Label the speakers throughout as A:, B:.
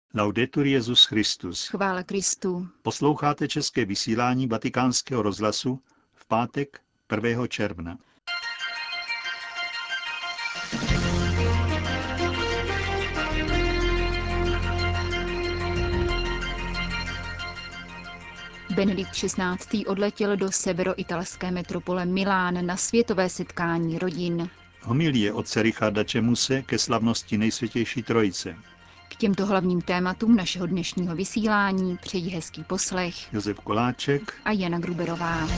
A: Laudetur Jesus Christus.
B: Chvála Kristu.
A: Posloucháte české vysílání Vatikánského rozhlasu v pátek 1. června.
B: Benedikt XVI. Odletěl do severoitalské metropole Milán na světové setkání rodin.
A: Homilie otce Richarda Čemuse ke slavnosti Nejsvětější Trojice.
B: K těmto hlavním tématům našeho dnešního vysílání přejí hezký poslech
A: Josef Koláček
B: a Jana Gruberová.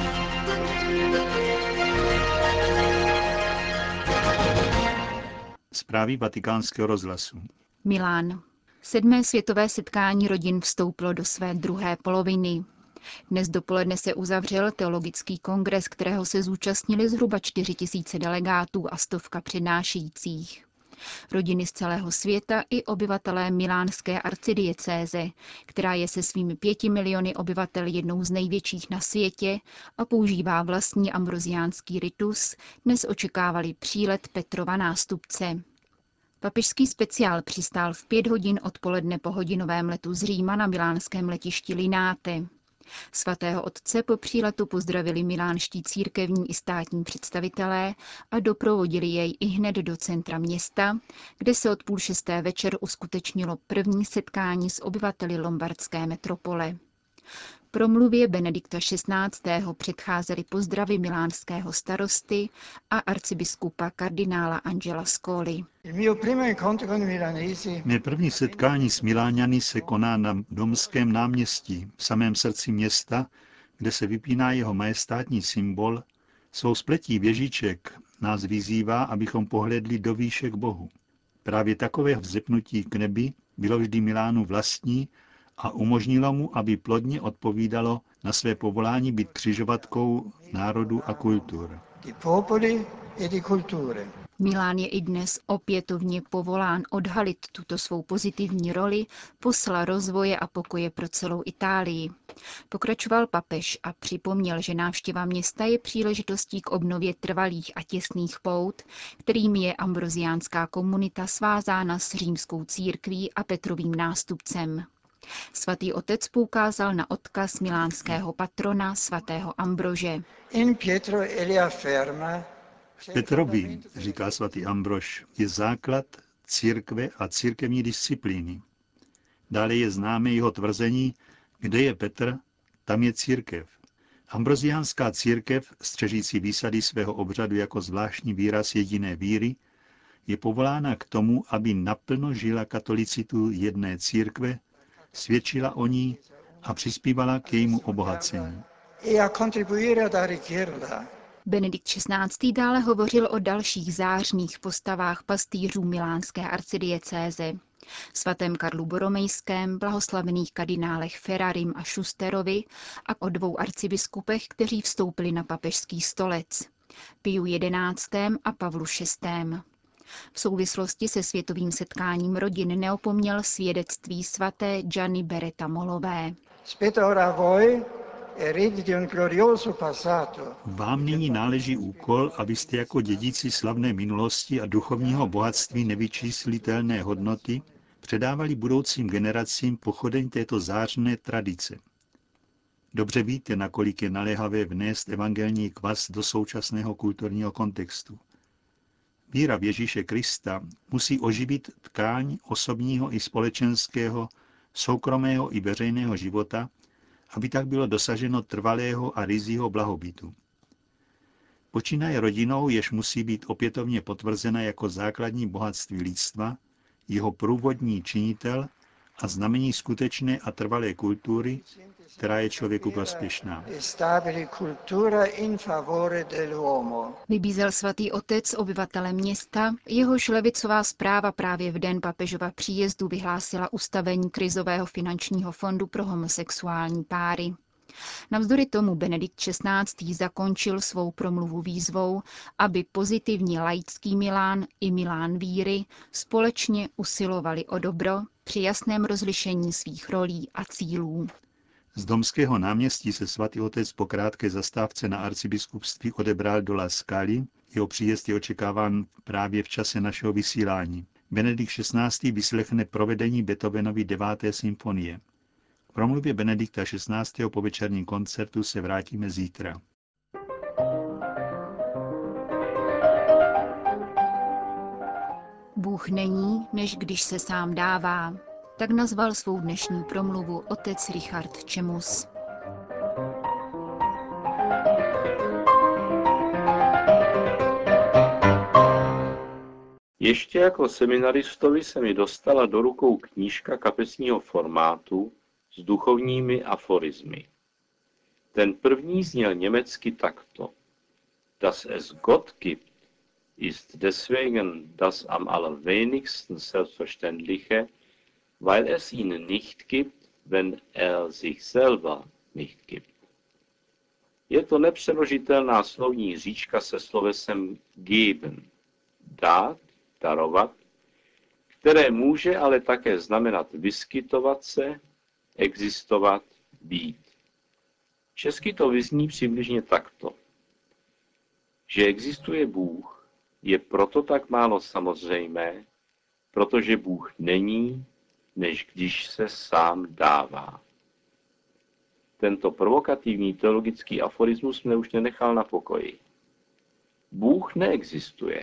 A: Zprávy Vatikánského rozhlasu.
B: Milán. 7. světové setkání rodin vstoupilo do své druhé poloviny. Dnes dopoledne se uzavřel teologický kongres, kterého se zúčastnili zhruba 4 000 delegátů a stovka přednášejících. Rodiny z celého světa i obyvatelé milánské arcidiecéze, která je se svými 5 miliony obyvatel jednou z největších na světě a používá vlastní ambroziánský ritus, dnes očekávali přílet Petrova nástupce. Papežský speciál přistál v 5 hodin odpoledne po hodinovém letu z Říma na milánském letišti Linate. Svatého otce po příletu pozdravili milánští církevní i státní představitelé a doprovodili jej ihned do centra města, kde se od 5:30 večer uskutečnilo první setkání s obyvateli lombardské metropole. Promluvě Benedikta XVI. Předcházely pozdravy milánského starosty a arcibiskupa kardinála Angela Scoli.
A: Mé první setkání s Miláňany se koná na Domském náměstí, v samém srdci města, kde se vypíná jeho majestátní symbol. Svou spletí věžiček nás vyzývá, abychom pohlédli do výšek Bohu. Právě takové vzepnutí k nebi bylo vždy Milánu vlastní a umožnilo mu, aby plodně odpovídalo na své povolání být křižovatkou národů a kultur.
B: Milán je i dnes opětovně povolán odhalit tuto svou pozitivní roli posla rozvoje a pokoje pro celou Itálii. Pokračoval papež a připomněl, že návštěva města je příležitostí k obnově trvalých a těsných pout, kterými je ambroziánská komunita svázána s římskou církví a Petrovým nástupcem. Svatý otec poukázal na odkaz milánského patrona svatého Ambrože.
A: Petrovi, říká svatý Ambrož, je základ církve a církevní disciplíny. Dále je známé jeho tvrzení, kde je Petr, tam je církev. Ambroziánská církev, střežící výsady svého obřadu jako zvláštní výraz jediné víry, je povolána k tomu, aby naplno žila katolicitu jedné církve, svědčila o ní a přispívala k jejímu obohacení.
B: Benedikt XVI. Dále hovořil o dalších zářných postavách pastýřů milánské arcidiecéze. Svatém Karlu Boromejském, blahoslavených kardinálech Ferrarim a Schusterovi a o 2 arcibiskupech, kteří vstoupili na papežský stolec. Piu XI. A Pavlu VI. V souvislosti se světovým setkáním rodin neopomněl svědectví svaté Gianny Beretta Molové.
A: Vám nyní náleží úkol, abyste jako dědici slavné minulosti a duchovního bohatství nevyčíslitelné hodnoty předávali budoucím generacím pochodeň této zářné tradice. Dobře víte, nakolik je naléhavé vnést evangelní kvas do současného kulturního kontextu. Víra v Ježíše Krista musí oživit tkáň osobního i společenského, soukromého i veřejného života, aby tak bylo dosaženo trvalého a ryzího blahobytu. Počínaje rodinou, jež musí být opětovně potvrzena jako základní bohatství lidstva, jeho průvodní činitel a znamení skutečné a trvalé kultury, která je člověku prospěšná.
B: Vybízel svatý otec obyvatele města, jehož levicová správa právě v den papežova příjezdu vyhlásila ustavení krizového finančního fondu pro homosexuální páry. Navzdory tomu Benedikt XVI. Zakončil svou promluvu výzvou, aby pozitivní laický Milán i Milán víry společně usilovali o dobro při jasném rozlišení svých rolí a cílů.
A: Z Domského náměstí se svatý otec po krátké zastávce na arcibiskupství odebral do La Scali. Jeho příjezd je očekáván právě v čase našeho vysílání. Benedikt XVI. Vyslechne provedení Beethovenovy 9. symfonie. K promluvě Benedikta XVI. Po večerním koncertu se vrátíme zítra.
B: Bůh není, než když se sám dává. Tak nazval svou dnešní promluvu otec Richard Čemus.
C: Ještě jako seminaristovi se mi dostala do rukou knížka kapesního formátu s duchovními aforismy. Ten první zněl německy takto. Dass es Gott gibt, ist deswegen das am allerwenigsten Selbstverständliche, weil es ihn nicht gibt, wenn er sich selber nicht gibt. Je to nepřeložitelná slovní říčka se slovesem geben, dát, darovat, které může ale také znamenat vyskytovat se, existovat, být. Česky to vyzní přibližně takto. Že existuje Bůh, je proto tak málo samozřejmé, protože Bůh není, než když se sám dává. Tento provokativní teologický aforismus mne už nenechal na pokoji. Bůh neexistuje.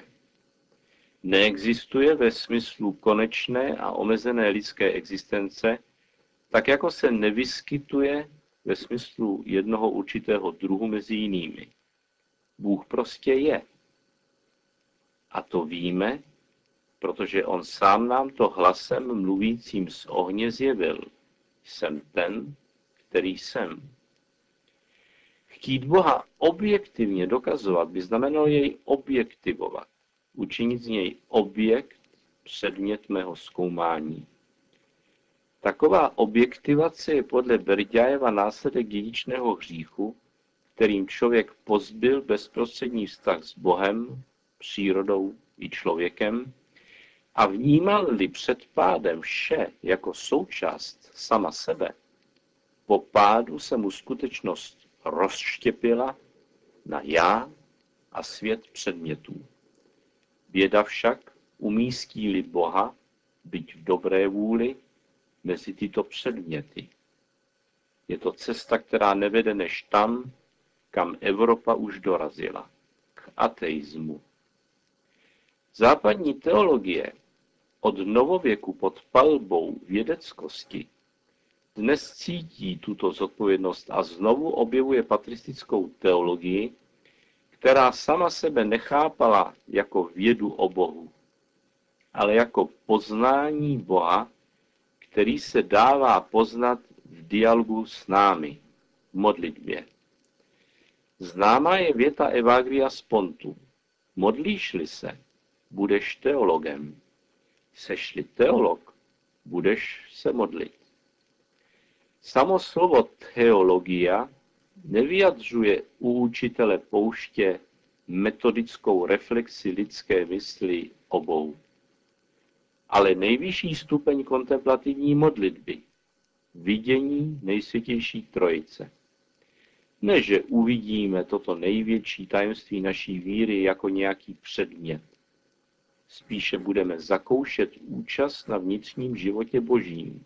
C: Neexistuje ve smyslu konečné a omezené lidské existence, tak jako se nevyskytuje ve smyslu jednoho určitého druhu mezi jinými. Bůh prostě je. A to víme, protože on sám nám to hlasem mluvícím z ohně zjevil. Jsem ten, který jsem. Chtít Boha objektivně dokazovat by znamenalo jej objektivovat. Učinit z něj objekt, předmět mého zkoumání. Taková objektivace je podle Berďájeva následek dědičného hříchu, kterým člověk pozbyl bezprostřední vztah s Bohem, přírodou i člověkem a vnímal-li před pádem vše jako součást sama sebe, po pádu se mu skutečnost rozštěpila na já a svět předmětů. Běda však, umístí-li Boha, byť v dobré vůli, mezi tyto předměty. Je to cesta, která nevede než tam, kam Evropa už dorazila, k ateismu. Západní teologie od novověku pod palbou vědeckosti dnes cítí tuto zodpovědnost a znovu objevuje patristickou teologii, která sama sebe nechápala jako vědu o Bohu, ale jako poznání Boha, který se dává poznat v dialogu s námi, v modlitbě. Známá je věta Evagria z Pontu. Modlíš-li se, budeš teologem. Seš-li teolog, budeš se modlit. Samo slovo teologia nevyjadřuje u učitele pouště metodickou reflexi lidské mysli o Bohu, ale nejvyšší stupeň kontemplativní modlitby, vidění nejsvětější trojice. Ne, že uvidíme toto největší tajemství naší víry jako nějaký předmět. Spíše budeme zakoušet účast na vnitřním životě Božím.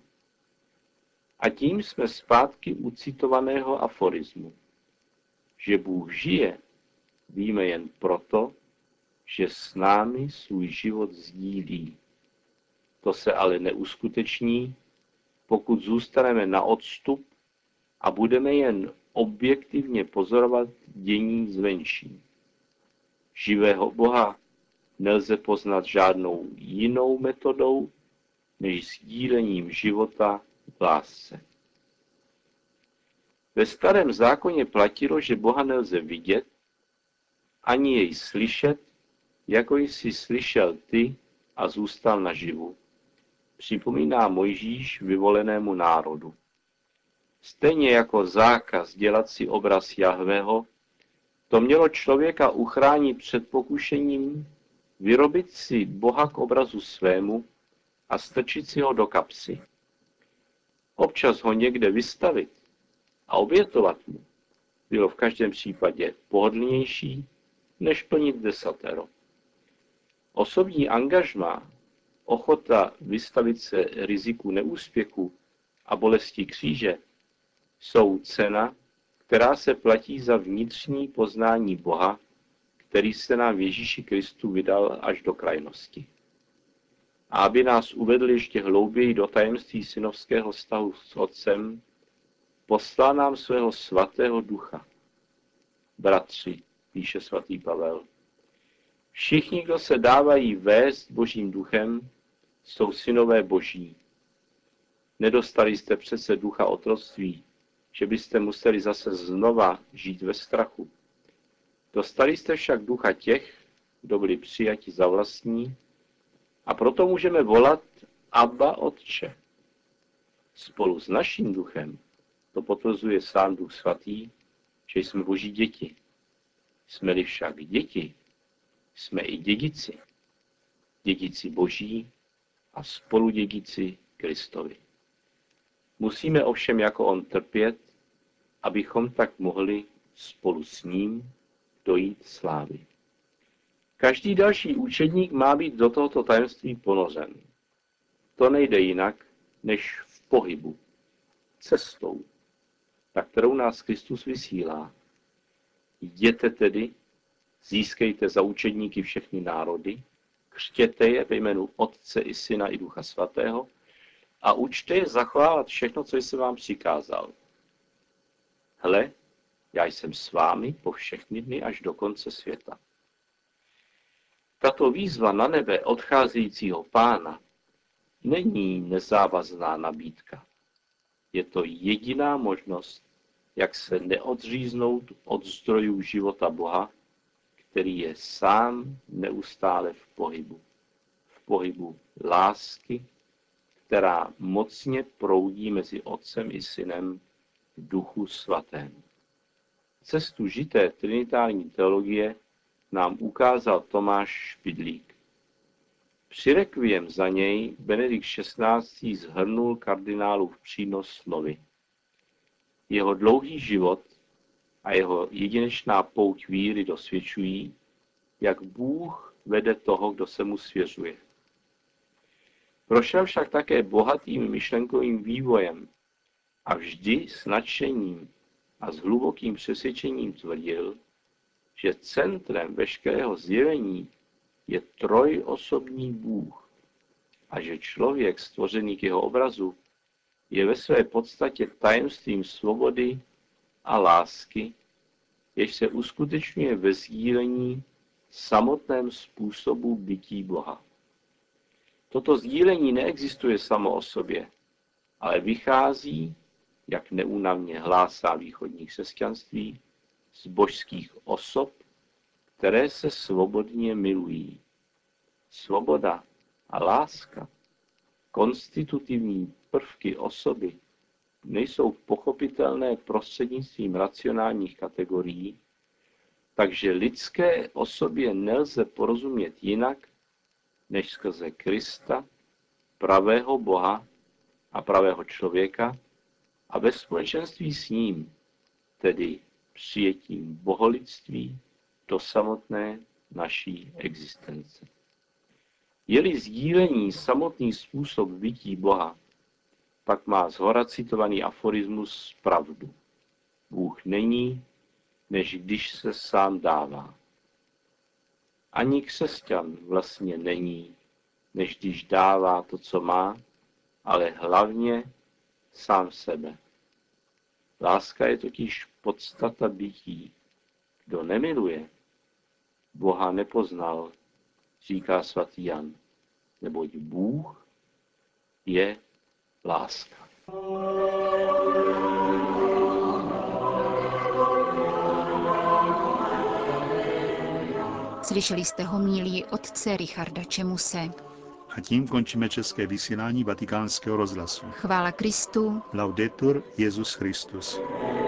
C: A tím jsme zpátky u citovaného aforismu. Že Bůh žije, víme jen proto, že s námi svůj život sdílí. To se ale neuskuteční, pokud zůstaneme na odstup a budeme jen objektivně pozorovat dění zvenčí. Živého Boha nelze poznat žádnou jinou metodou, než sdílením života v lásce. Ve Starém zákoně platilo, že Boha nelze vidět, ani jej slyšet, jako jsi slyšel ty a zůstal naživu. Připomíná Mojžíš vyvolenému národu. Stejně jako zákaz dělat si obraz Jahveho, to mělo člověka uchránit před pokušením vyrobit si Boha k obrazu svému a strčit si ho do kapsy. Občas ho někde vystavit a obětovat mu bylo v každém případě pohodlnější, než plnit desatero. Osobní angažmá, ochota vystavit se riziku neúspěchu a bolesti kříže jsou cena, která se platí za vnitřní poznání Boha, který se nám v Ježíši Kristu vydal až do krajnosti. A aby nás uvedl ještě hlouběji do tajemství synovského vztahu s Otcem, poslal nám svého svatého ducha. Bratři, píše svatý Pavel, všichni, kdo se dávají vést Božím duchem, jsou synové Boží. Nedostali jste přece ducha otroctví, že byste museli zase znova žít ve strachu. Dostali jste však ducha těch, kdo byli přijati za vlastní, a proto můžeme volat Abba, Otče. Spolu s naším duchem to potvrzuje sám Duch Svatý, že jsme Boží děti. Jsme-li však děti, jsme i dědici. Dědici Boží a spoludědici Kristovi. Musíme ovšem jako on trpět, abychom tak mohli spolu s ním dojít slávy. Každý další učedník má být do tohoto tajemství ponořen. To nejde jinak, než v pohybu, cestou, na kterou nás Kristus vysílá. Jděte tedy, získejte za učedníky všechny národy, křtěte je ve jménu Otce i Syna i Ducha Svatého a učte je zachovávat všechno, co jsem vám přikázal. Hle, já jsem s vámi po všechny dny až do konce světa. Tato výzva na nebe odcházejícího Pána není nezávazná nabídka. Je to jediná možnost, jak se neodříznout od zdrojů života Boha, který je sám neustále v pohybu. V pohybu lásky, která mocně proudí mezi Otcem i Synem v Duchu Svatém. Cestu žité trinitární teologie nám ukázal Tomáš Špidlík. Při rekviem za něj Benedikt XVI. Shrnul kardinálův přínos slovy. Jeho dlouhý život a jeho jedinečná pouť víry dosvědčují, jak Bůh vede toho, kdo se mu svěřuje. Prošel však také bohatým myšlenkovým vývojem a vždy s nadšením a s hlubokým přesvědčením tvrdil, že centrem veškerého zjevení je trojosobní Bůh a že člověk stvořený k jeho obrazu je ve své podstatě tajemstvím svobody a lásky, jež se uskutečňuje ve sdílení samotném způsobu bytí Boha. Toto sdílení neexistuje samo o sobě, ale vychází, jak neúnavně hlásá východní křesťanství, z božských osob, které se svobodně milují. Svoboda a láska, konstitutivní prvky osoby, nejsou pochopitelné prostřednictvím racionálních kategorií, takže lidské osobě nelze porozumět jinak, než skrze Krista, pravého Boha a pravého člověka a ve společenství s ním, tedy přijetím boholidství do samotné naší existence. Je-li sdílení samotný způsob bytí Boha, pak má shora citovaný aforismus pravdu. Bůh není, než když se sám dává. Ani křesťan vlastně není, než když dává to, co má, ale hlavně sám sebe. Láska je totiž podstata bytí. Kdo nemiluje, Boha nepoznal, říká svatý Jan, neboť Bůh je láska.
B: Slyšeli jste homílii otce Richarda Čemuse.
A: A tím končíme české vysílání Vatikánského rozhlasu.
B: Chvála Kristu.
A: Laudetur Jesus Christus.